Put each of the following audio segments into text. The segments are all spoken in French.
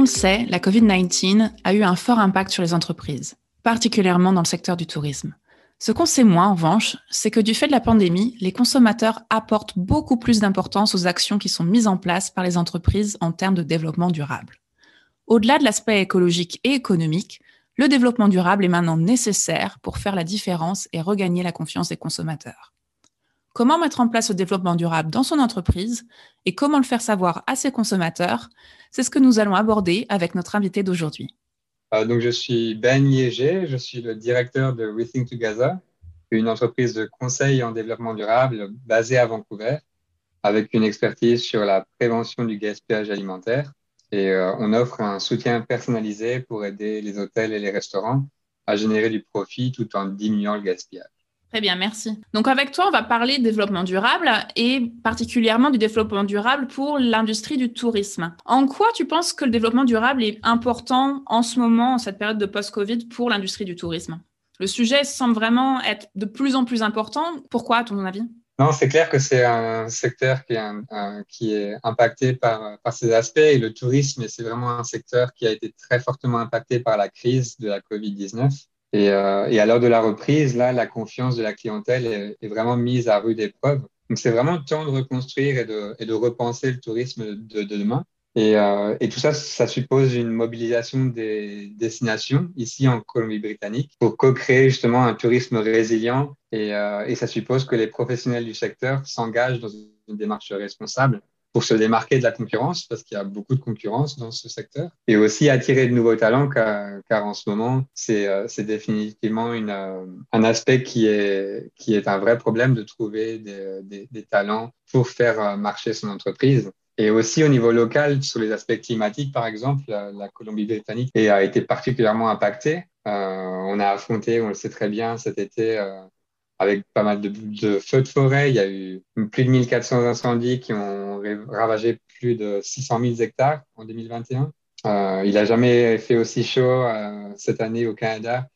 le sait, la Covid-19 a eu un fort impact sur les entreprises, particulièrement dans le secteur du tourisme. Ce qu'on sait moins, en revanche, c'est que du fait de la pandémie, les consommateurs apportent beaucoup plus d'importance aux actions qui sont mises en place par les entreprises en termes de développement durable. Au-delà de l'aspect écologique et économique, le développement durable est maintenant nécessaire pour faire la différence et regagner la confiance des consommateurs. Comment mettre en place le développement durable dans son entreprise et comment le faire savoir à ses consommateurs, c'est ce que nous allons aborder avec notre invité d'aujourd'hui. Donc, je suis Ben Liéger, je suis le directeur de Rethink Together, une entreprise de conseil en développement durable basée à Vancouver, avec une expertise sur la prévention du gaspillage alimentaire. Et on offre un soutien personnalisé pour aider les hôtels et les restaurants à générer du profit tout en diminuant le gaspillage. Très bien, merci. Donc avec toi, on va parler de développement durable et particulièrement du développement durable pour l'industrie du tourisme. En quoi tu penses que le développement durable est important en ce moment, en cette période de post-Covid, pour l'industrie du tourisme? Le sujet semble vraiment être de plus en plus important. Pourquoi, à ton avis? Non, c'est clair que c'est un secteur qui est impacté par ces aspects et le tourisme, c'est vraiment un secteur qui a été très fortement impacté par la crise de la COVID-19. Et à l'heure de la reprise, là, la confiance de la clientèle est vraiment mise à rude épreuve. Donc, c'est vraiment le temps de reconstruire et de repenser le tourisme de demain. Et tout ça, ça suppose une mobilisation des destinations ici en Colombie-Britannique pour co-créer justement un tourisme résilient. Et ça suppose que les professionnels du secteur s'engagent dans une démarche responsable pour se démarquer de la concurrence, parce qu'il y a beaucoup de concurrence dans ce secteur, et aussi attirer de nouveaux talents, car en ce moment, c'est définitivement un aspect qui est un vrai problème de trouver des talents pour faire marcher son entreprise. Et aussi au niveau local, sur les aspects climatiques, par exemple, la Colombie-Britannique a été particulièrement impactée. On a affronté, on le sait très bien, cet été, avec pas mal de feux de forêt. Il y a eu plus de 1400 incendies qui ont ravagé plus de 600 000 hectares en 2021. Il n'a jamais fait aussi chaud cette année au Canada,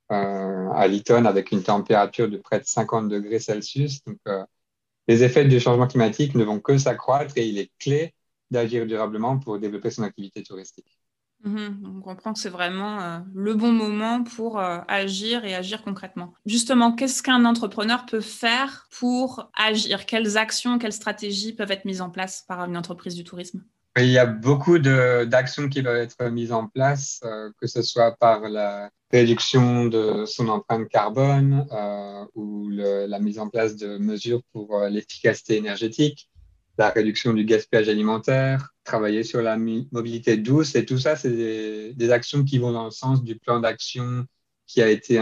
à Lytton, avec une température de près de 50 degrés Celsius. Donc, les effets du changement climatique ne vont que s'accroître et il est clé d'agir durablement pour développer son activité touristique. On comprend que c'est vraiment le bon moment pour agir et agir concrètement. Justement, qu'est-ce qu'un entrepreneur peut faire pour agir? Quelles actions, quelles stratégies peuvent être mises en place par une entreprise du tourisme? Il y a beaucoup d'actions qui doivent être mises en place, que ce soit par la réduction de son empreinte carbone ou la mise en place de mesures pour l'efficacité énergétique, la réduction du gaspillage alimentaire, travailler sur la mobilité douce. Et tout ça, c'est des actions qui vont dans le sens du plan d'action qui a été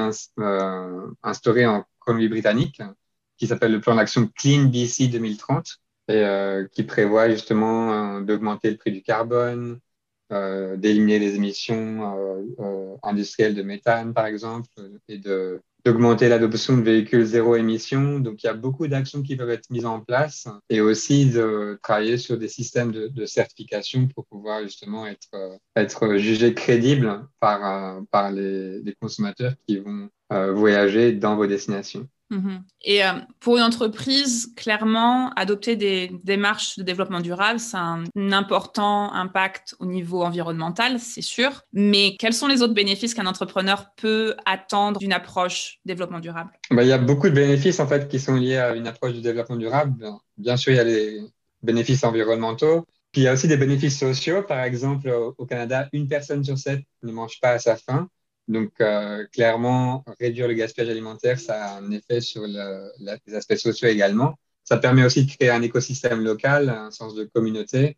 instauré en Colombie-Britannique, qui s'appelle le plan d'action Clean BC 2030 et qui prévoit justement d'augmenter le prix du carbone, d'éliminer les émissions industrielles de méthane, par exemple, et d'augmenter l'adoption de véhicules zéro émission. Donc, il y a beaucoup d'actions qui peuvent être mises en place et aussi de travailler sur des systèmes de certification pour pouvoir justement être jugé crédible par les consommateurs qui vont voyager dans vos destinations. Et pour une entreprise, clairement, adopter des démarches de développement durable, c'est un important impact au niveau environnemental, c'est sûr. Mais quels sont les autres bénéfices qu'un entrepreneur peut attendre d'une approche développement durable? Il y a beaucoup de bénéfices en fait qui sont liés à une approche du développement durable. Bien sûr, il y a les bénéfices environnementaux. Puis il y a aussi des bénéfices sociaux. Par exemple, au Canada, une personne sur 7 ne mange pas à sa faim. Donc, clairement, réduire le gaspillage alimentaire, ça a un effet sur les aspects sociaux également. Ça permet aussi de créer un écosystème local, un sens de communauté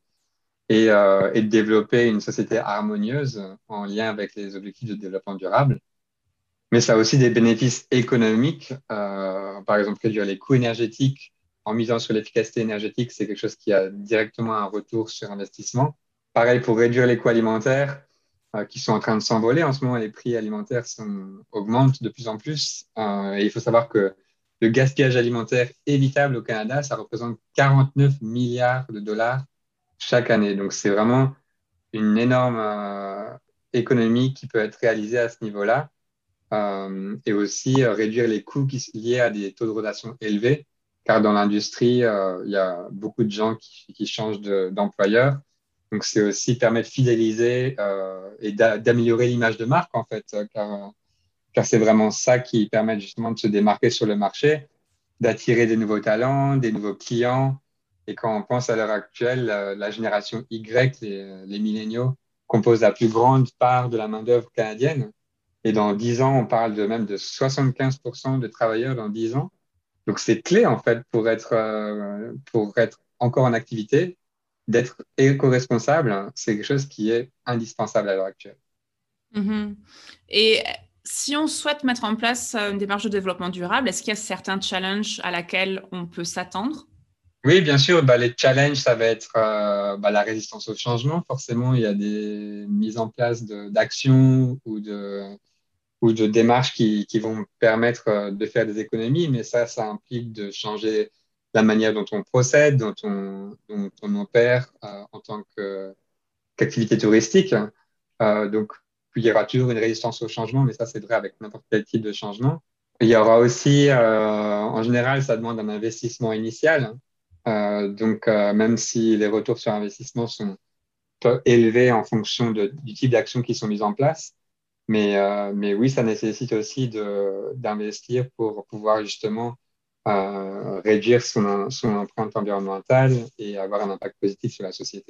et de développer une société harmonieuse en lien avec les objectifs de développement durable. Mais ça a aussi des bénéfices économiques. Par exemple, réduire les coûts énergétiques en misant sur l'efficacité énergétique, c'est quelque chose qui a directement un retour sur investissement. Pareil pour réduire les coûts alimentaires qui sont en train de s'envoler. En ce moment, les prix alimentaires augmentent de plus en plus. Et il faut savoir que le gaspillage alimentaire évitable au Canada, ça représente 49 milliards de dollars chaque année. Donc, c'est vraiment une énorme économie qui peut être réalisée à ce niveau-là. Et aussi réduire les coûts liés à des taux de rotation élevés, car dans l'industrie, il y a beaucoup de gens qui changent d'employeur. Donc, c'est aussi permet de fidéliser et d'améliorer l'image de marque, en fait, car c'est vraiment ça qui permet justement de se démarquer sur le marché, d'attirer des nouveaux talents, des nouveaux clients. Et quand on pense à l'heure actuelle, la génération Y, les milléniaux, compose la plus grande part de la main-d'œuvre canadienne. Et dans 10 ans, on parle même de 75% de travailleurs dans 10 ans. Donc, c'est clé, en fait, pour être encore en activité, d'être éco-responsable. C'est quelque chose qui est indispensable à l'heure actuelle. Mhm. Et si on souhaite mettre en place une démarche de développement durable, est-ce qu'il y a certains challenges à laquelle on peut s'attendre? Oui, bien sûr, bah, les challenges, ça va être la résistance au changement. Forcément, il y a des mises en place d'actions ou de démarches qui vont permettre de faire des économies, mais ça implique de changer la manière dont on procède, dont on opère en tant qu'activité touristique. Donc, il y aura toujours une résistance au changement, mais ça, c'est vrai avec n'importe quel type de changement. Il y aura aussi, en général, ça demande un investissement initial. Donc, même si les retours sur investissement sont élevés en fonction du type d'actions qui sont mises en place, mais oui, ça nécessite aussi d'investir pour pouvoir justement réduire son empreinte environnementale et avoir un impact positif sur la société.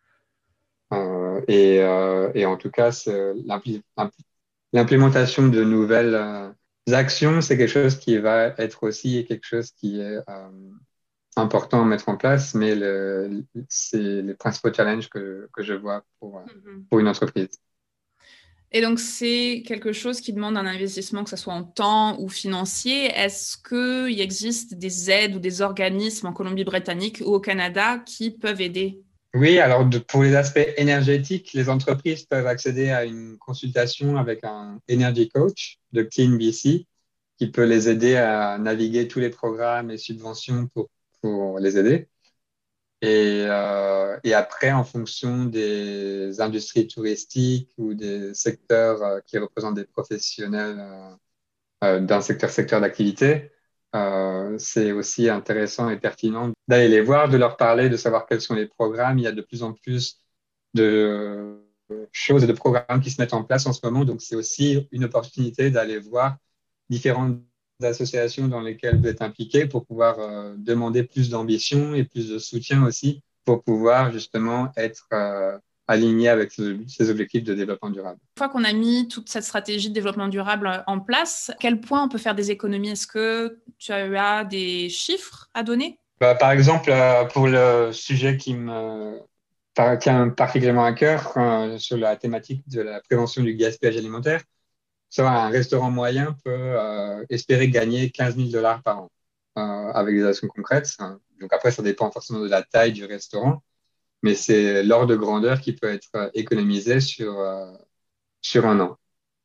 Et en tout cas, l'implémentation de nouvelles actions, c'est quelque chose qui va être aussi quelque chose qui est important à mettre en place, mais c'est les principaux challenges que je vois pour une entreprise. Et donc, c'est quelque chose qui demande un investissement, que ce soit en temps ou financier. Est-ce qu'il existe des aides ou des organismes en Colombie-Britannique ou au Canada qui peuvent aider? Oui, alors pour les aspects énergétiques, les entreprises peuvent accéder à une consultation avec un Energy Coach de Clean BC qui peut les aider à naviguer tous les programmes et subventions pour les aider. Et après, en fonction des industries touristiques ou des secteurs qui représentent des professionnels d'un secteur d'activité, c'est aussi intéressant et pertinent d'aller les voir, de leur parler, de savoir quels sont les programmes. Il y a de plus en plus de choses et de programmes qui se mettent en place en ce moment. Donc, c'est aussi une opportunité d'aller voir différentes associations dans lesquelles vous êtes impliqué pour pouvoir demander plus d'ambition et plus de soutien aussi pour pouvoir justement être aligné avec ces objectifs de développement durable. Une fois qu'on a mis toute cette stratégie de développement durable en place, à quel point on peut faire des économies? Est-ce que tu as des chiffres à donner? Par exemple, pour le sujet qui me tient particulièrement à cœur, sur la thématique de la prévention du gaspillage alimentaire, un restaurant moyen peut espérer gagner 15 000 dollars par an avec des actions concrètes. Donc après, ça dépend forcément de la taille du restaurant, mais c'est l'ordre de grandeur qui peut être économisé sur un an.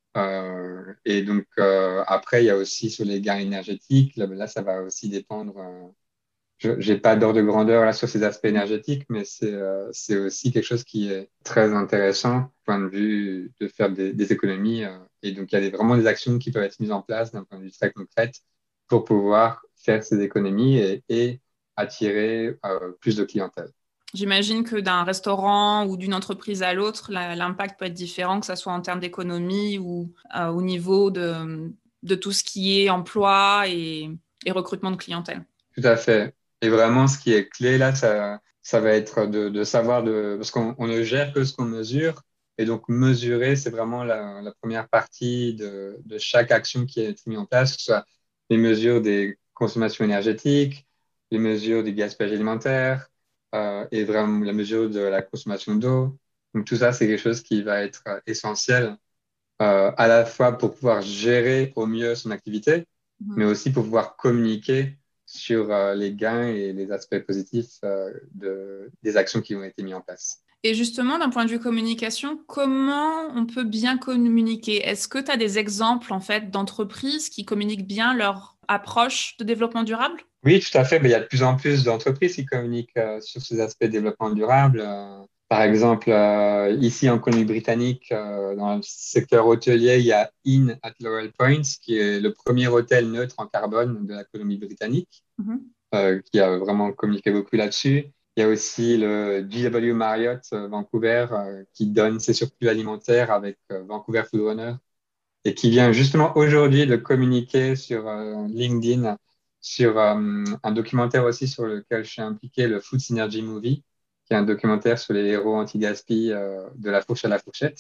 Et donc après, il y a aussi sur les gains énergétiques, là ça va aussi dépendre. Je n'ai pas d'ordre de grandeur là sur ces aspects énergétiques, mais c'est aussi quelque chose qui est très intéressant du point de vue de faire des économies. Et donc, il y a vraiment des actions qui peuvent être mises en place d'un point de vue très concret pour pouvoir faire ces économies et attirer plus de clientèle. J'imagine que d'un restaurant ou d'une entreprise à l'autre, l'impact peut être différent, que ce soit en termes d'économie ou au niveau de tout ce qui est emploi et recrutement de clientèle. Tout à fait. Et vraiment, ce qui est clé là, ça va être de savoir, parce qu'on ne gère que ce qu'on mesure. Et donc, mesurer, c'est vraiment la première partie de chaque action qui est mise en place, que ce soit les mesures des consommations énergétiques, les mesures du gaspillage alimentaire, et vraiment la mesure de la consommation d'eau. Donc, tout ça, c'est quelque chose qui va être essentiel, à la fois pour pouvoir gérer au mieux son activité, mais aussi pour pouvoir communiquer sur les gains et les aspects positifs des actions qui ont été mises en place. Et justement, d'un point de vue communication, comment on peut bien communiquer? Est-ce que tu as des exemples en fait d'entreprises qui communiquent bien leur approche de développement durable? Oui, tout à fait. Mais il y a de plus en plus d'entreprises qui communiquent sur ces aspects de développement durable. Par exemple, ici en Colombie-Britannique, dans le secteur hôtelier, il y a Inn at Laurel Point, qui est le premier hôtel neutre en carbone de la Colombie-Britannique, qui a vraiment communiqué beaucoup là-dessus. Il y a aussi le JW Marriott Vancouver qui donne ses surplus alimentaires avec Vancouver Food Runner et qui vient justement aujourd'hui de communiquer sur LinkedIn sur un documentaire aussi sur lequel je suis impliqué, le Food Synergy Movie, qui est un documentaire sur les héros anti-gaspi de la fourche à la fourchette.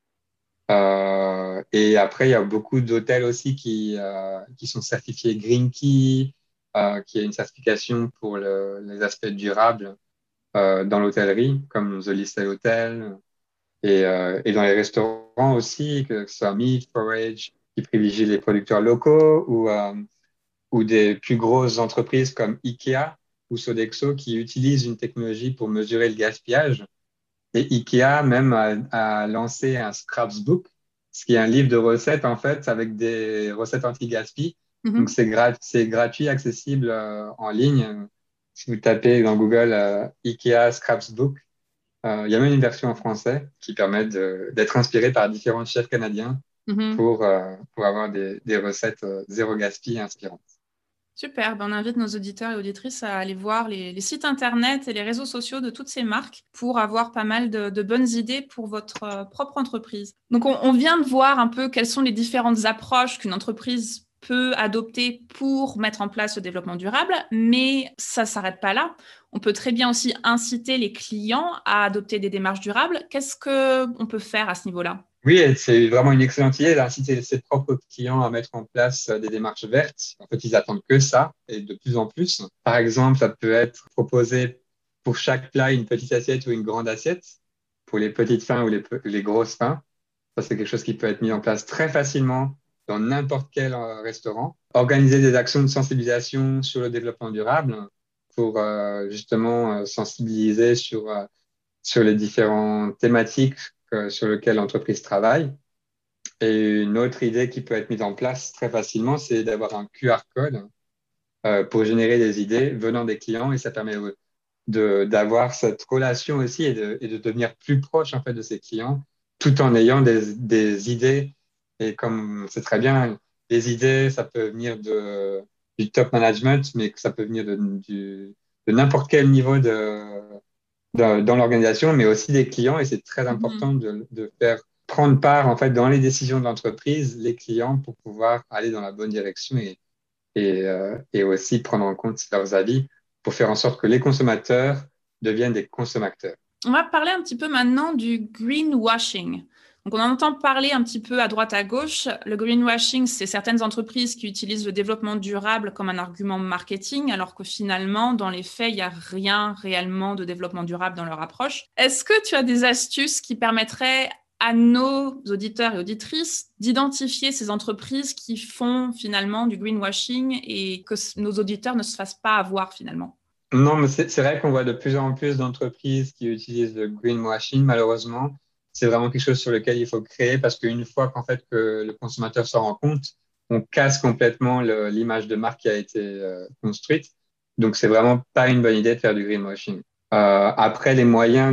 Et après, il y a beaucoup d'hôtels aussi qui sont certifiés Green Key, qui est une certification pour les aspects durables dans l'hôtellerie, comme The Listed Hotel, et dans les restaurants aussi, que ce soit Meat, Forage, qui privilégie les producteurs locaux, ou des plus grosses entreprises comme IKEA ou Sodexo qui utilisent une technologie pour mesurer le gaspillage. Et IKEA même a lancé un Scraps Book, ce qui est un livre de recettes en fait avec des recettes anti-gaspi. Donc c'est gratuit, accessible en ligne. Si vous tapez dans Google IKEA Scraps Book, il y a même une version en français qui permet d'être inspiré par différents chefs canadiens pour avoir des recettes zéro gaspi inspirantes. Super, on invite nos auditeurs et auditrices à aller voir les sites internet et les réseaux sociaux de toutes ces marques pour avoir pas mal de bonnes idées pour votre propre entreprise. Donc, on vient de voir un peu quelles sont les différentes approches qu'une entreprise peut adopter pour mettre en place le développement durable, mais ça ne s'arrête pas là. On peut très bien aussi inciter les clients à adopter des démarches durables. Qu'est-ce qu'on peut faire à ce niveau-là? Oui, et c'est vraiment une excellente idée d'inciter ses propres clients à mettre en place des démarches vertes. En fait, ils attendent que ça et de plus en plus. Par exemple, ça peut être proposé pour chaque plat une petite assiette ou une grande assiette pour les petites fins ou les grosses fins. Ça, c'est quelque chose qui peut être mis en place très facilement dans n'importe quel restaurant. Organiser des actions de sensibilisation sur le développement durable pour justement sensibiliser sur les différentes thématiques sur lesquelles l'entreprise travaille. Et une autre idée qui peut être mise en place très facilement, c'est d'avoir un QR code pour générer des idées venant des clients et ça permet d'avoir cette relation aussi et de devenir plus proche en fait de ses clients tout en ayant des idées. Et comme c'est très bien, les idées, ça peut venir du top management, mais ça peut venir de n'importe quel niveau dans l'organisation, mais aussi des clients. Et c'est très important de faire prendre part en fait dans les décisions de l'entreprise les clients pour pouvoir aller dans la bonne direction et aussi prendre en compte leurs avis pour faire en sorte que les consommateurs deviennent des consommateurs. On va parler un petit peu maintenant du greenwashing. Donc, on en entend parler un petit peu à droite à gauche. Le greenwashing, c'est certaines entreprises qui utilisent le développement durable comme un argument marketing, alors que finalement, dans les faits, il n'y a rien réellement de développement durable dans leur approche. Est-ce que tu as des astuces qui permettraient à nos auditeurs et auditrices d'identifier ces entreprises qui font finalement du greenwashing et que nos auditeurs ne se fassent pas avoir finalement? Non, mais c'est vrai qu'on voit de plus en plus d'entreprises qui utilisent le greenwashing, malheureusement. C'est vraiment quelque chose sur lequel il faut créer parce qu'une fois qu'en fait que le consommateur s'en rend compte, on casse complètement l'image de marque qui a été construite. Donc, c'est vraiment pas une bonne idée de faire du greenwashing. Après, les moyens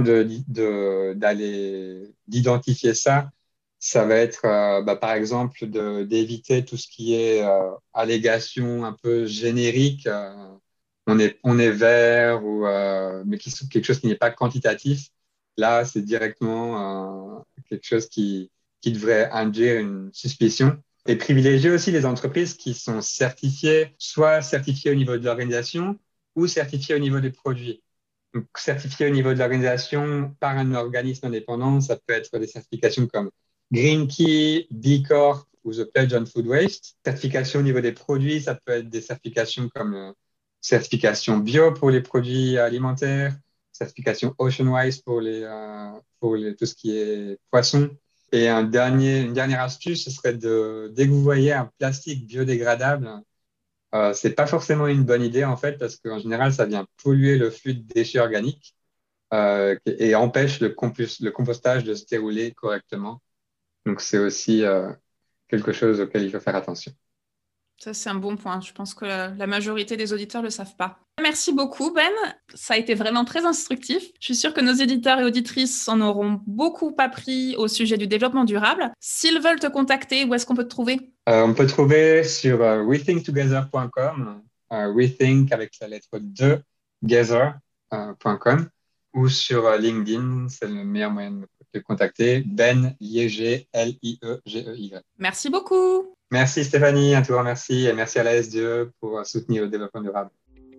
d'identifier ça, ça va être, par exemple, d'éviter tout ce qui est allégation un peu générique. On est vert mais quelque chose qui n'est pas quantitatif. Là, c'est directement quelque chose qui devrait induire une suspicion. Et privilégier aussi les entreprises qui sont certifiées, soit certifiées au niveau de l'organisation ou certifiées au niveau des produits. Donc, certifiées au niveau de l'organisation par un organisme indépendant, ça peut être des certifications comme Green Key, B Corp ou The Pledge on Food Waste. Certification au niveau des produits, ça peut être des certifications comme certification bio pour les produits alimentaires, certification Oceanwise pour tout ce qui est poisson. Et une dernière astuce, ce serait dès que vous voyez un plastique biodégradable, c'est pas forcément une bonne idée en fait, parce qu'en général, ça vient polluer le flux de déchets organiques et empêche le compostage de se dérouler correctement. Donc, c'est aussi quelque chose auquel il faut faire attention. Ça, c'est un bon point. Je pense que la majorité des auditeurs ne le savent pas. Merci beaucoup, Ben. Ça a été vraiment très instructif. Je suis sûre que nos éditeurs et auditrices en auront beaucoup appris au sujet du développement durable. S'ils veulent te contacter, où est-ce qu'on peut te trouver? On peut trouver sur wethinktogether.com, Wethink avec la lettre 2, Together. ou sur LinkedIn, c'est le meilleur moyen de me contacter. Ben Liegey, Liegey. Merci beaucoup. Merci Stéphanie, un tout grand merci, et merci à la SDE pour soutenir le développement durable.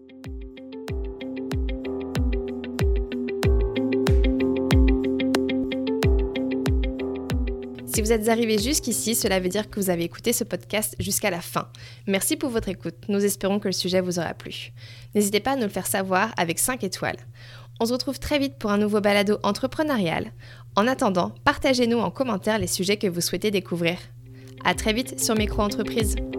Si vous êtes arrivé jusqu'ici, cela veut dire que vous avez écouté ce podcast jusqu'à la fin. Merci pour votre écoute. Nous espérons que le sujet vous aura plu. N'hésitez pas à nous le faire savoir avec 5 étoiles. On se retrouve très vite pour un nouveau balado entrepreneurial. En attendant, partagez-nous en commentaire les sujets que vous souhaitez découvrir. À très vite sur Micro-entreprise.